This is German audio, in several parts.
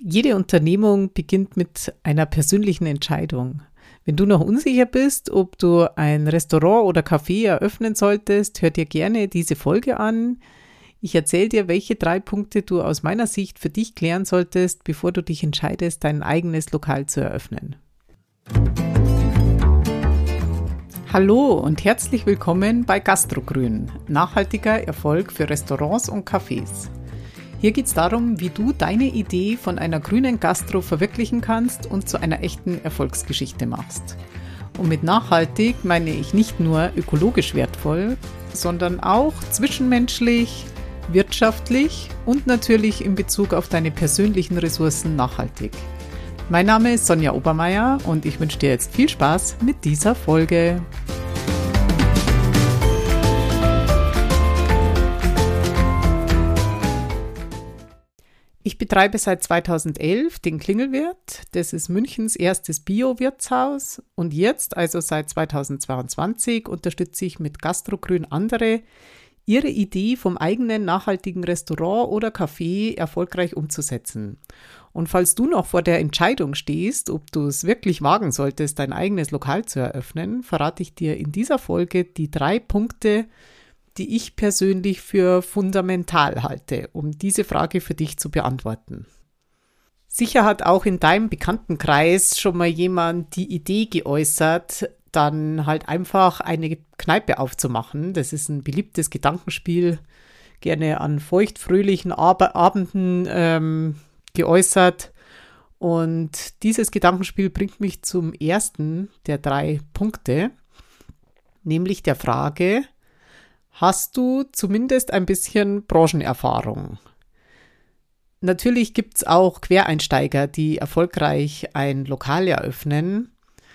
Jede Unternehmung beginnt mit einer persönlichen Entscheidung. Wenn du noch unsicher bist, ob du ein Restaurant oder Café eröffnen solltest, hör dir gerne diese Folge an. Ich erzähle dir, welche 3 Punkte du aus meiner Sicht für dich klären solltest, bevor du dich entscheidest, dein eigenes Lokal zu eröffnen. Hallo und herzlich willkommen bei GastroGrün, nachhaltiger Erfolg für Restaurants und Cafés. Hier geht es darum, wie du deine Idee von einer grünen Gastro verwirklichen kannst und zu einer echten Erfolgsgeschichte machst. Und mit nachhaltig meine ich nicht nur ökologisch wertvoll, sondern auch zwischenmenschlich, wirtschaftlich und natürlich in Bezug auf deine persönlichen Ressourcen nachhaltig. Mein Name ist Sonja Obermeier und ich wünsche dir jetzt viel Spaß mit dieser Folge. Ich betreibe seit 2011 den Klingelwirt. Das ist Münchens erstes Bio-Wirtshaus. Und jetzt, also seit 2022, unterstütze ich mit GastroGrün andere, ihre Idee vom eigenen nachhaltigen Restaurant oder Café erfolgreich umzusetzen. Und falls du noch vor der Entscheidung stehst, ob du es wirklich wagen solltest, dein eigenes Lokal zu eröffnen, verrate ich dir in dieser Folge die 3 Punkte, die ich persönlich für fundamental halte, um diese Frage für dich zu beantworten. Sicher hat auch in deinem Bekanntenkreis schon mal jemand die Idee geäußert, dann halt einfach eine Kneipe aufzumachen. Das ist ein beliebtes Gedankenspiel, gerne an feuchtfröhlichen Abenden geäußert. Und dieses Gedankenspiel bringt mich zum ersten der 3 Punkte, nämlich der Frage: Hast du zumindest ein bisschen Branchenerfahrung? Natürlich gibt es auch Quereinsteiger, die erfolgreich ein Lokal eröffnen.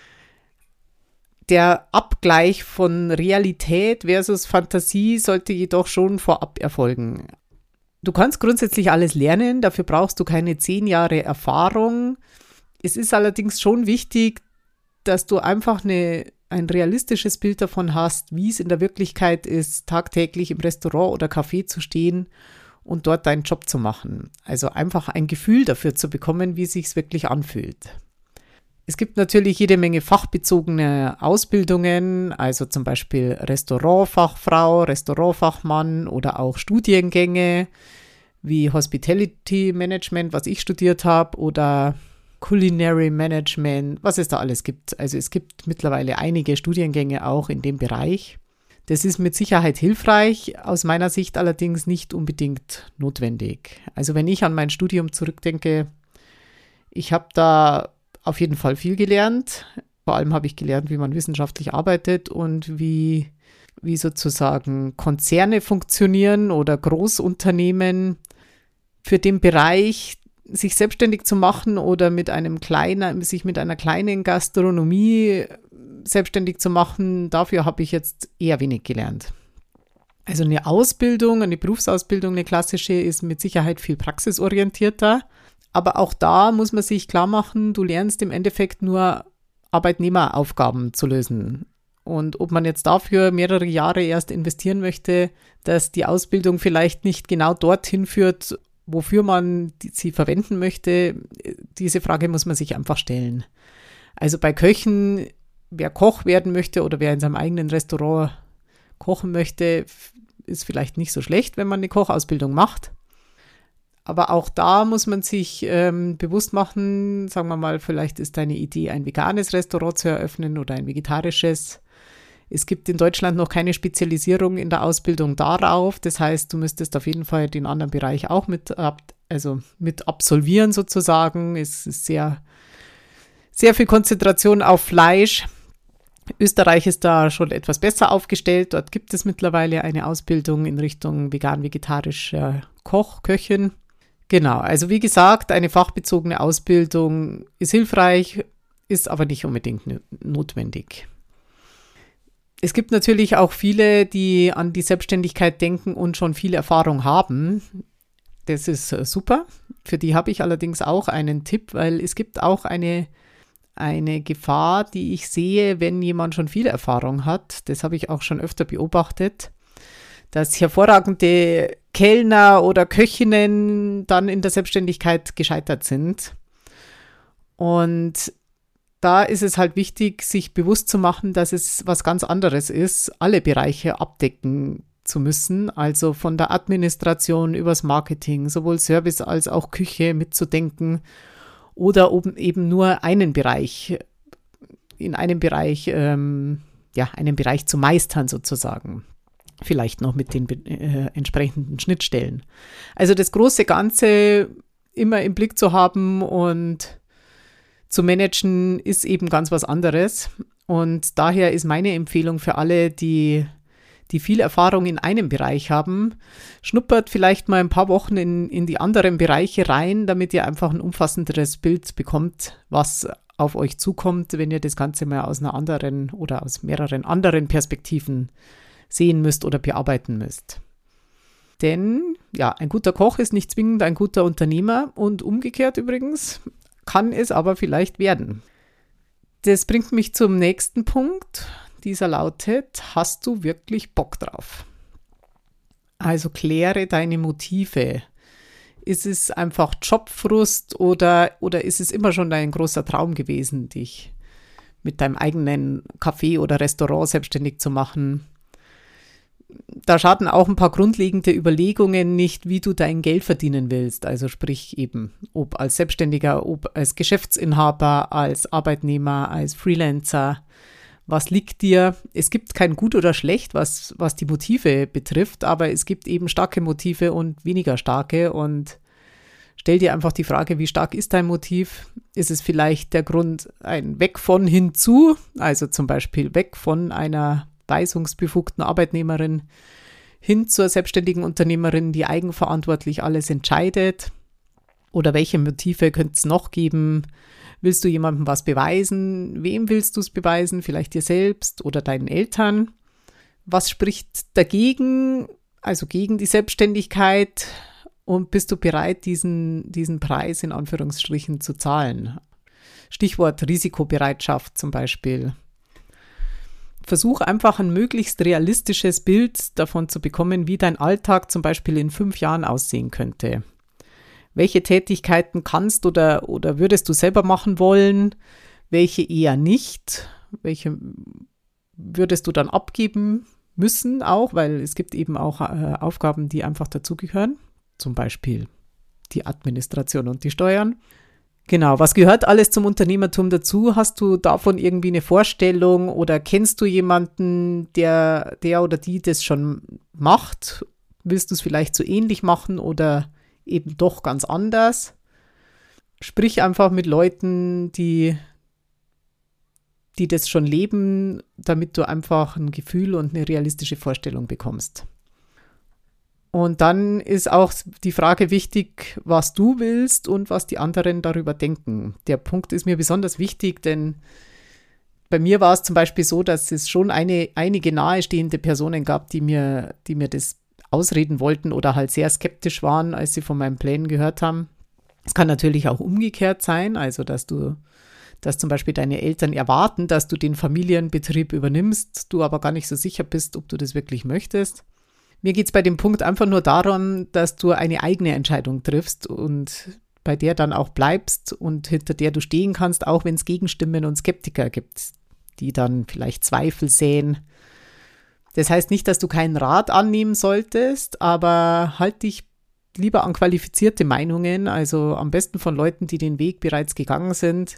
Der Abgleich von Realität versus Fantasie sollte jedoch schon vorab erfolgen. Du kannst grundsätzlich alles lernen, dafür brauchst du keine 10 Jahre Erfahrung. Es ist allerdings schon wichtig, dass du einfach ein realistisches Bild davon hast, wie es in der Wirklichkeit ist, tagtäglich im Restaurant oder Café zu stehen und dort deinen Job zu machen. Also einfach ein Gefühl dafür zu bekommen, wie es sich wirklich anfühlt. Es gibt natürlich jede Menge fachbezogene Ausbildungen, also zum Beispiel Restaurantfachfrau, Restaurantfachmann oder auch Studiengänge wie Hospitality Management, was ich studiert habe, oder Culinary Management, was es da alles gibt. Also es gibt mittlerweile einige Studiengänge auch in dem Bereich. Das ist mit Sicherheit hilfreich, aus meiner Sicht allerdings nicht unbedingt notwendig. Also wenn ich an mein Studium zurückdenke, ich habe da auf jeden Fall viel gelernt. Vor allem habe ich gelernt, wie man wissenschaftlich arbeitet und wie sozusagen Konzerne funktionieren oder Großunternehmen. Für den Bereich, sich selbstständig zu machen oder sich mit einer kleinen Gastronomie selbstständig zu machen, dafür habe ich jetzt eher wenig gelernt. Also eine Ausbildung, eine Berufsausbildung, eine klassische, ist mit Sicherheit viel praxisorientierter. Aber auch da muss man sich klar machen, du lernst im Endeffekt nur Arbeitnehmeraufgaben zu lösen. Und ob man jetzt dafür mehrere Jahre erst investieren möchte, dass die Ausbildung vielleicht nicht genau dorthin führt, wofür man sie verwenden möchte, diese Frage muss man sich einfach stellen. Also bei Köchen, wer Koch werden möchte oder wer in seinem eigenen Restaurant kochen möchte, ist vielleicht nicht so schlecht, wenn man eine Kochausbildung macht. Aber auch da muss man sich bewusst machen, sagen wir mal, vielleicht ist deine Idee, ein veganes Restaurant zu eröffnen oder ein vegetarisches. Es gibt in Deutschland noch keine Spezialisierung in der Ausbildung darauf. Das heißt, du müsstest auf jeden Fall den anderen Bereich auch mit absolvieren sozusagen. Es ist sehr, sehr viel Konzentration auf Fleisch. Österreich ist da schon etwas besser aufgestellt. Dort gibt es mittlerweile eine Ausbildung in Richtung vegan-vegetarischer Köchin. Genau, also wie gesagt, eine fachbezogene Ausbildung ist hilfreich, ist aber nicht unbedingt notwendig. Es gibt natürlich auch viele, die an die Selbstständigkeit denken und schon viel Erfahrung haben. Das ist super. Für die habe ich allerdings auch einen Tipp, weil es gibt auch eine Gefahr, die ich sehe, wenn jemand schon viel Erfahrung hat. Das habe ich auch schon öfter beobachtet, dass hervorragende Kellner oder Köchinnen dann in der Selbstständigkeit gescheitert sind. Und da ist es halt wichtig, sich bewusst zu machen, dass es was ganz anderes ist, alle Bereiche abdecken zu müssen, also von der Administration übers Marketing, sowohl Service als auch Küche mitzudenken oder eben nur einen Bereich, in einem Bereich, einen Bereich zu meistern sozusagen. Vielleicht noch mit den entsprechenden Schnittstellen. Also das große Ganze immer im Blick zu haben und zu managen ist eben ganz was anderes. Und daher ist meine Empfehlung für alle, die viel Erfahrung in einem Bereich haben, schnuppert vielleicht mal ein paar Wochen in die anderen Bereiche rein, damit ihr einfach ein umfassenderes Bild bekommt, was auf euch zukommt, wenn ihr das Ganze mal aus einer anderen oder aus mehreren anderen Perspektiven sehen müsst oder bearbeiten müsst. Denn ja, ein guter Koch ist nicht zwingend ein guter Unternehmer und umgekehrt übrigens kann es aber vielleicht werden. Das bringt mich zum nächsten Punkt. Dieser lautet: Hast du wirklich Bock drauf? Also kläre deine Motive. Ist es einfach Jobfrust oder ist es immer schon dein großer Traum gewesen, dich mit deinem eigenen Café oder Restaurant selbstständig zu machen? Da schaden auch ein paar grundlegende Überlegungen nicht, wie du dein Geld verdienen willst. Also sprich eben, ob als Selbstständiger, ob als Geschäftsinhaber, als Arbeitnehmer, als Freelancer. Was liegt dir? Es gibt kein Gut oder Schlecht, was die Motive betrifft, aber es gibt eben starke Motive und weniger starke. Und stell dir einfach die Frage, wie stark ist dein Motiv? Ist es vielleicht der Grund ein Weg von hinzu, also zum Beispiel weg von einer weisungsbefugten Arbeitnehmerin hin zur selbstständigen Unternehmerin, die eigenverantwortlich alles entscheidet? Oder welche Motive könnte es noch geben? Willst du jemandem was beweisen? Wem willst du es beweisen? Vielleicht dir selbst oder deinen Eltern? Was spricht dagegen, also gegen die Selbstständigkeit? Und bist du bereit, diesen Preis in Anführungsstrichen zu zahlen? Stichwort Risikobereitschaft zum Beispiel. Versuch einfach ein möglichst realistisches Bild davon zu bekommen, wie dein Alltag zum Beispiel in 5 Jahren aussehen könnte. Welche Tätigkeiten kannst oder würdest du selber machen wollen? Welche eher nicht? Welche würdest du dann abgeben müssen auch? Weil es gibt eben auch Aufgaben, die einfach dazugehören. Zum Beispiel die Administration und die Steuern. Genau, was gehört alles zum Unternehmertum dazu? Hast du davon irgendwie eine Vorstellung oder kennst du jemanden, der oder die das schon macht? Willst du es vielleicht so ähnlich machen oder eben doch ganz anders? Sprich einfach mit Leuten, die das schon leben, damit du einfach ein Gefühl und eine realistische Vorstellung bekommst. Und dann ist auch die Frage wichtig, was du willst und was die anderen darüber denken. Der Punkt ist mir besonders wichtig, denn bei mir war es zum Beispiel so, dass es schon einige nahestehende Personen gab, die mir das ausreden wollten oder halt sehr skeptisch waren, als sie von meinen Plänen gehört haben. Es kann natürlich auch umgekehrt sein, also dass zum Beispiel deine Eltern erwarten, dass du den Familienbetrieb übernimmst, du aber gar nicht so sicher bist, ob du das wirklich möchtest. Mir geht es bei dem Punkt einfach nur darum, dass du eine eigene Entscheidung triffst und bei der dann auch bleibst und hinter der du stehen kannst, auch wenn es Gegenstimmen und Skeptiker gibt, die dann vielleicht Zweifel säen. Das heißt nicht, dass du keinen Rat annehmen solltest, aber halt dich lieber an qualifizierte Meinungen, also am besten von Leuten, die den Weg bereits gegangen sind.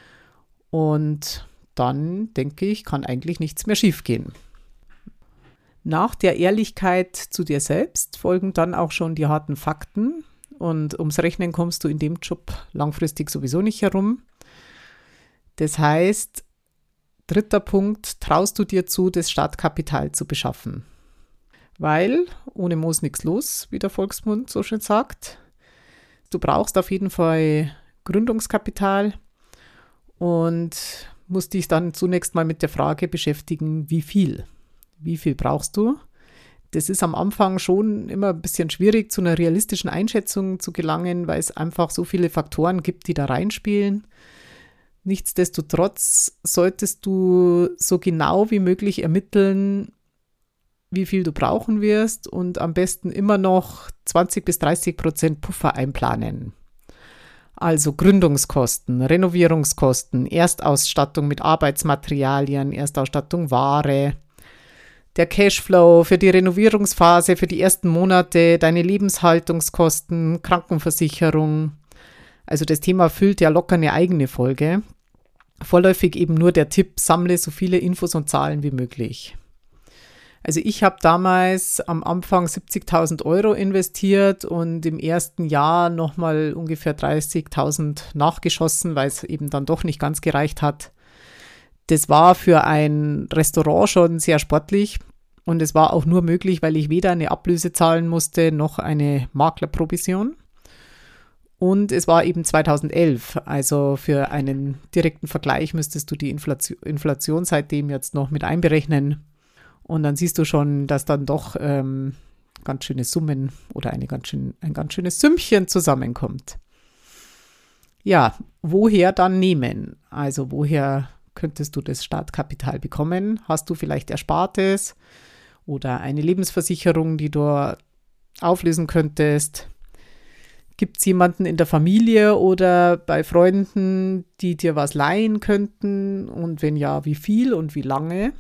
Und dann, denke ich, kann eigentlich nichts mehr schiefgehen. Nach der Ehrlichkeit zu dir selbst folgen dann auch schon die harten Fakten. Und ums Rechnen kommst du in dem Job langfristig sowieso nicht herum. Das heißt, 3. Punkt, traust du dir zu, das Startkapital zu beschaffen? Weil ohne Moos nichts los, wie der Volksmund so schön sagt. Du brauchst auf jeden Fall Gründungskapital und musst dich dann zunächst mal mit der Frage beschäftigen, wie viel? Wie viel brauchst du? Das ist am Anfang schon immer ein bisschen schwierig, zu einer realistischen Einschätzung zu gelangen, weil es einfach so viele Faktoren gibt, die da reinspielen. Nichtsdestotrotz solltest du so genau wie möglich ermitteln, wie viel du brauchen wirst und am besten immer noch 20-30% Puffer einplanen. Also Gründungskosten, Renovierungskosten, Erstausstattung mit Arbeitsmaterialien, Erstausstattung Ware, der Cashflow für die Renovierungsphase, für die ersten Monate, deine Lebenshaltungskosten, Krankenversicherung. Also das Thema füllt ja locker eine eigene Folge. Vorläufig eben nur der Tipp, sammle so viele Infos und Zahlen wie möglich. Also ich habe damals am Anfang 70.000 Euro investiert und im ersten Jahr nochmal ungefähr 30.000 nachgeschossen, weil es eben dann doch nicht ganz gereicht hat. Das war für ein Restaurant schon sehr sportlich und es war auch nur möglich, weil ich weder eine Ablöse zahlen musste noch eine Maklerprovision. Und es war eben 2011, also für einen direkten Vergleich müsstest du die Inflation seitdem jetzt noch mit einberechnen. Und dann siehst du schon, dass dann doch ganz schöne Summen oder ein ganz schönes Sümmchen zusammenkommt. Ja, woher dann nehmen? Also woher könntest du das Startkapital bekommen? Hast du vielleicht Erspartes oder eine Lebensversicherung, die du auflösen könntest? Gibt es jemanden in der Familie oder bei Freunden, die dir was leihen könnten? Und wenn ja, wie viel und wie lange?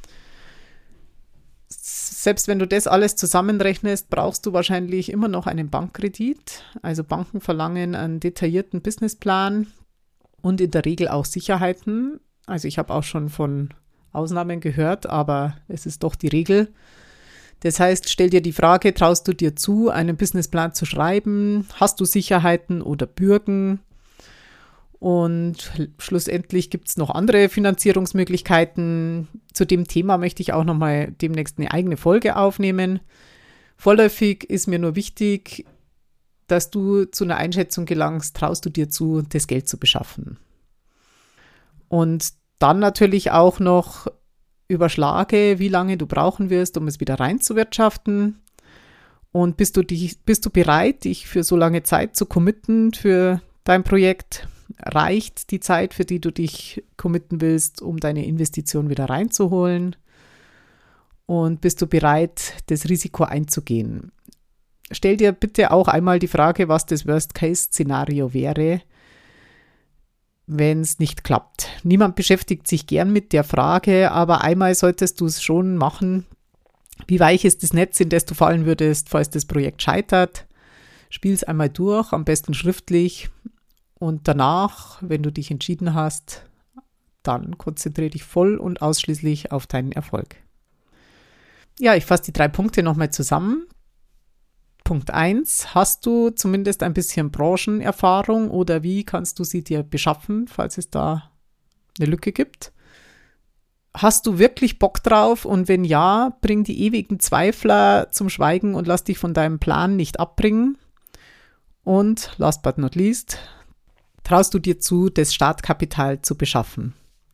Selbst wenn du das alles zusammenrechnest, brauchst du wahrscheinlich immer noch einen Bankkredit. Also Banken verlangen einen detaillierten Businessplan und in der Regel auch Sicherheiten. Also ich habe auch schon von Ausnahmen gehört, aber es ist doch die Regel. Das heißt, stell dir die Frage, traust du dir zu, einen Businessplan zu schreiben? Hast du Sicherheiten oder Bürgen? Und schlussendlich gibt es noch andere Finanzierungsmöglichkeiten. Zu dem Thema möchte ich auch nochmal demnächst eine eigene Folge aufnehmen. Vorläufig ist mir nur wichtig, dass du zu einer Einschätzung gelangst, traust du dir zu, das Geld zu beschaffen. Und dann natürlich auch noch überschlage, wie lange du brauchen wirst, um es wieder reinzuwirtschaften. Und bist du bereit, dich für so lange Zeit zu committen für dein Projekt? Reicht die Zeit, für die du dich committen willst, um deine Investition wieder reinzuholen? Und bist du bereit, das Risiko einzugehen? Stell dir bitte auch einmal die Frage, was das Worst-Case-Szenario wäre, wenn es nicht klappt. Niemand beschäftigt sich gern mit der Frage, aber einmal solltest du es schon machen. Wie weich ist das Netz, in das du fallen würdest, falls das Projekt scheitert? Spiel es einmal durch, am besten schriftlich. Und danach, wenn du dich entschieden hast, dann konzentriere dich voll und ausschließlich auf deinen Erfolg. Ja, ich fasse die 3 Punkte nochmal zusammen. Punkt 1, hast du zumindest ein bisschen Branchenerfahrung oder wie kannst du sie dir beschaffen, falls es da eine Lücke gibt? Hast du wirklich Bock drauf und wenn ja, bring die ewigen Zweifler zum Schweigen und lass dich von deinem Plan nicht abbringen. Und last but not least, traust du dir zu, das Startkapital zu beschaffen?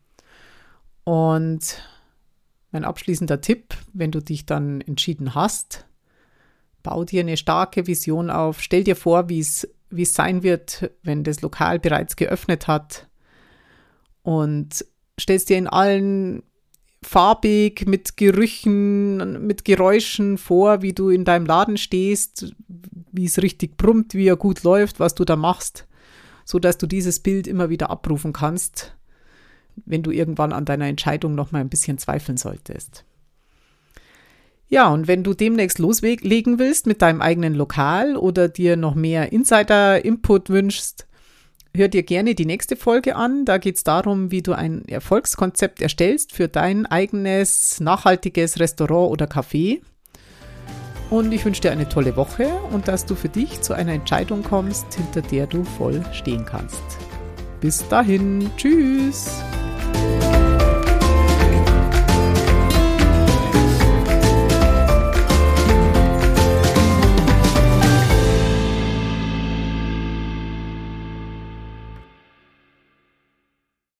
Und mein abschließender Tipp, wenn du dich dann entschieden hast, bau dir eine starke Vision auf. Stell dir vor, wie es sein wird, wenn das Lokal bereits geöffnet hat. Und stellst dir in allen farbig, mit Gerüchen, mit Geräuschen vor, wie du in deinem Laden stehst, wie es richtig brummt, wie er gut läuft, was du da machst, sodass du dieses Bild immer wieder abrufen kannst, wenn du irgendwann an deiner Entscheidung noch mal ein bisschen zweifeln solltest. Ja, und wenn du demnächst loslegen willst mit deinem eigenen Lokal oder dir noch mehr Insider-Input wünschst, hör dir gerne die nächste Folge an. Da geht es darum, wie du ein Erfolgskonzept erstellst für dein eigenes nachhaltiges Restaurant oder Café. Und ich wünsche dir eine tolle Woche und dass du für dich zu einer Entscheidung kommst, hinter der du voll stehen kannst. Bis dahin, tschüss!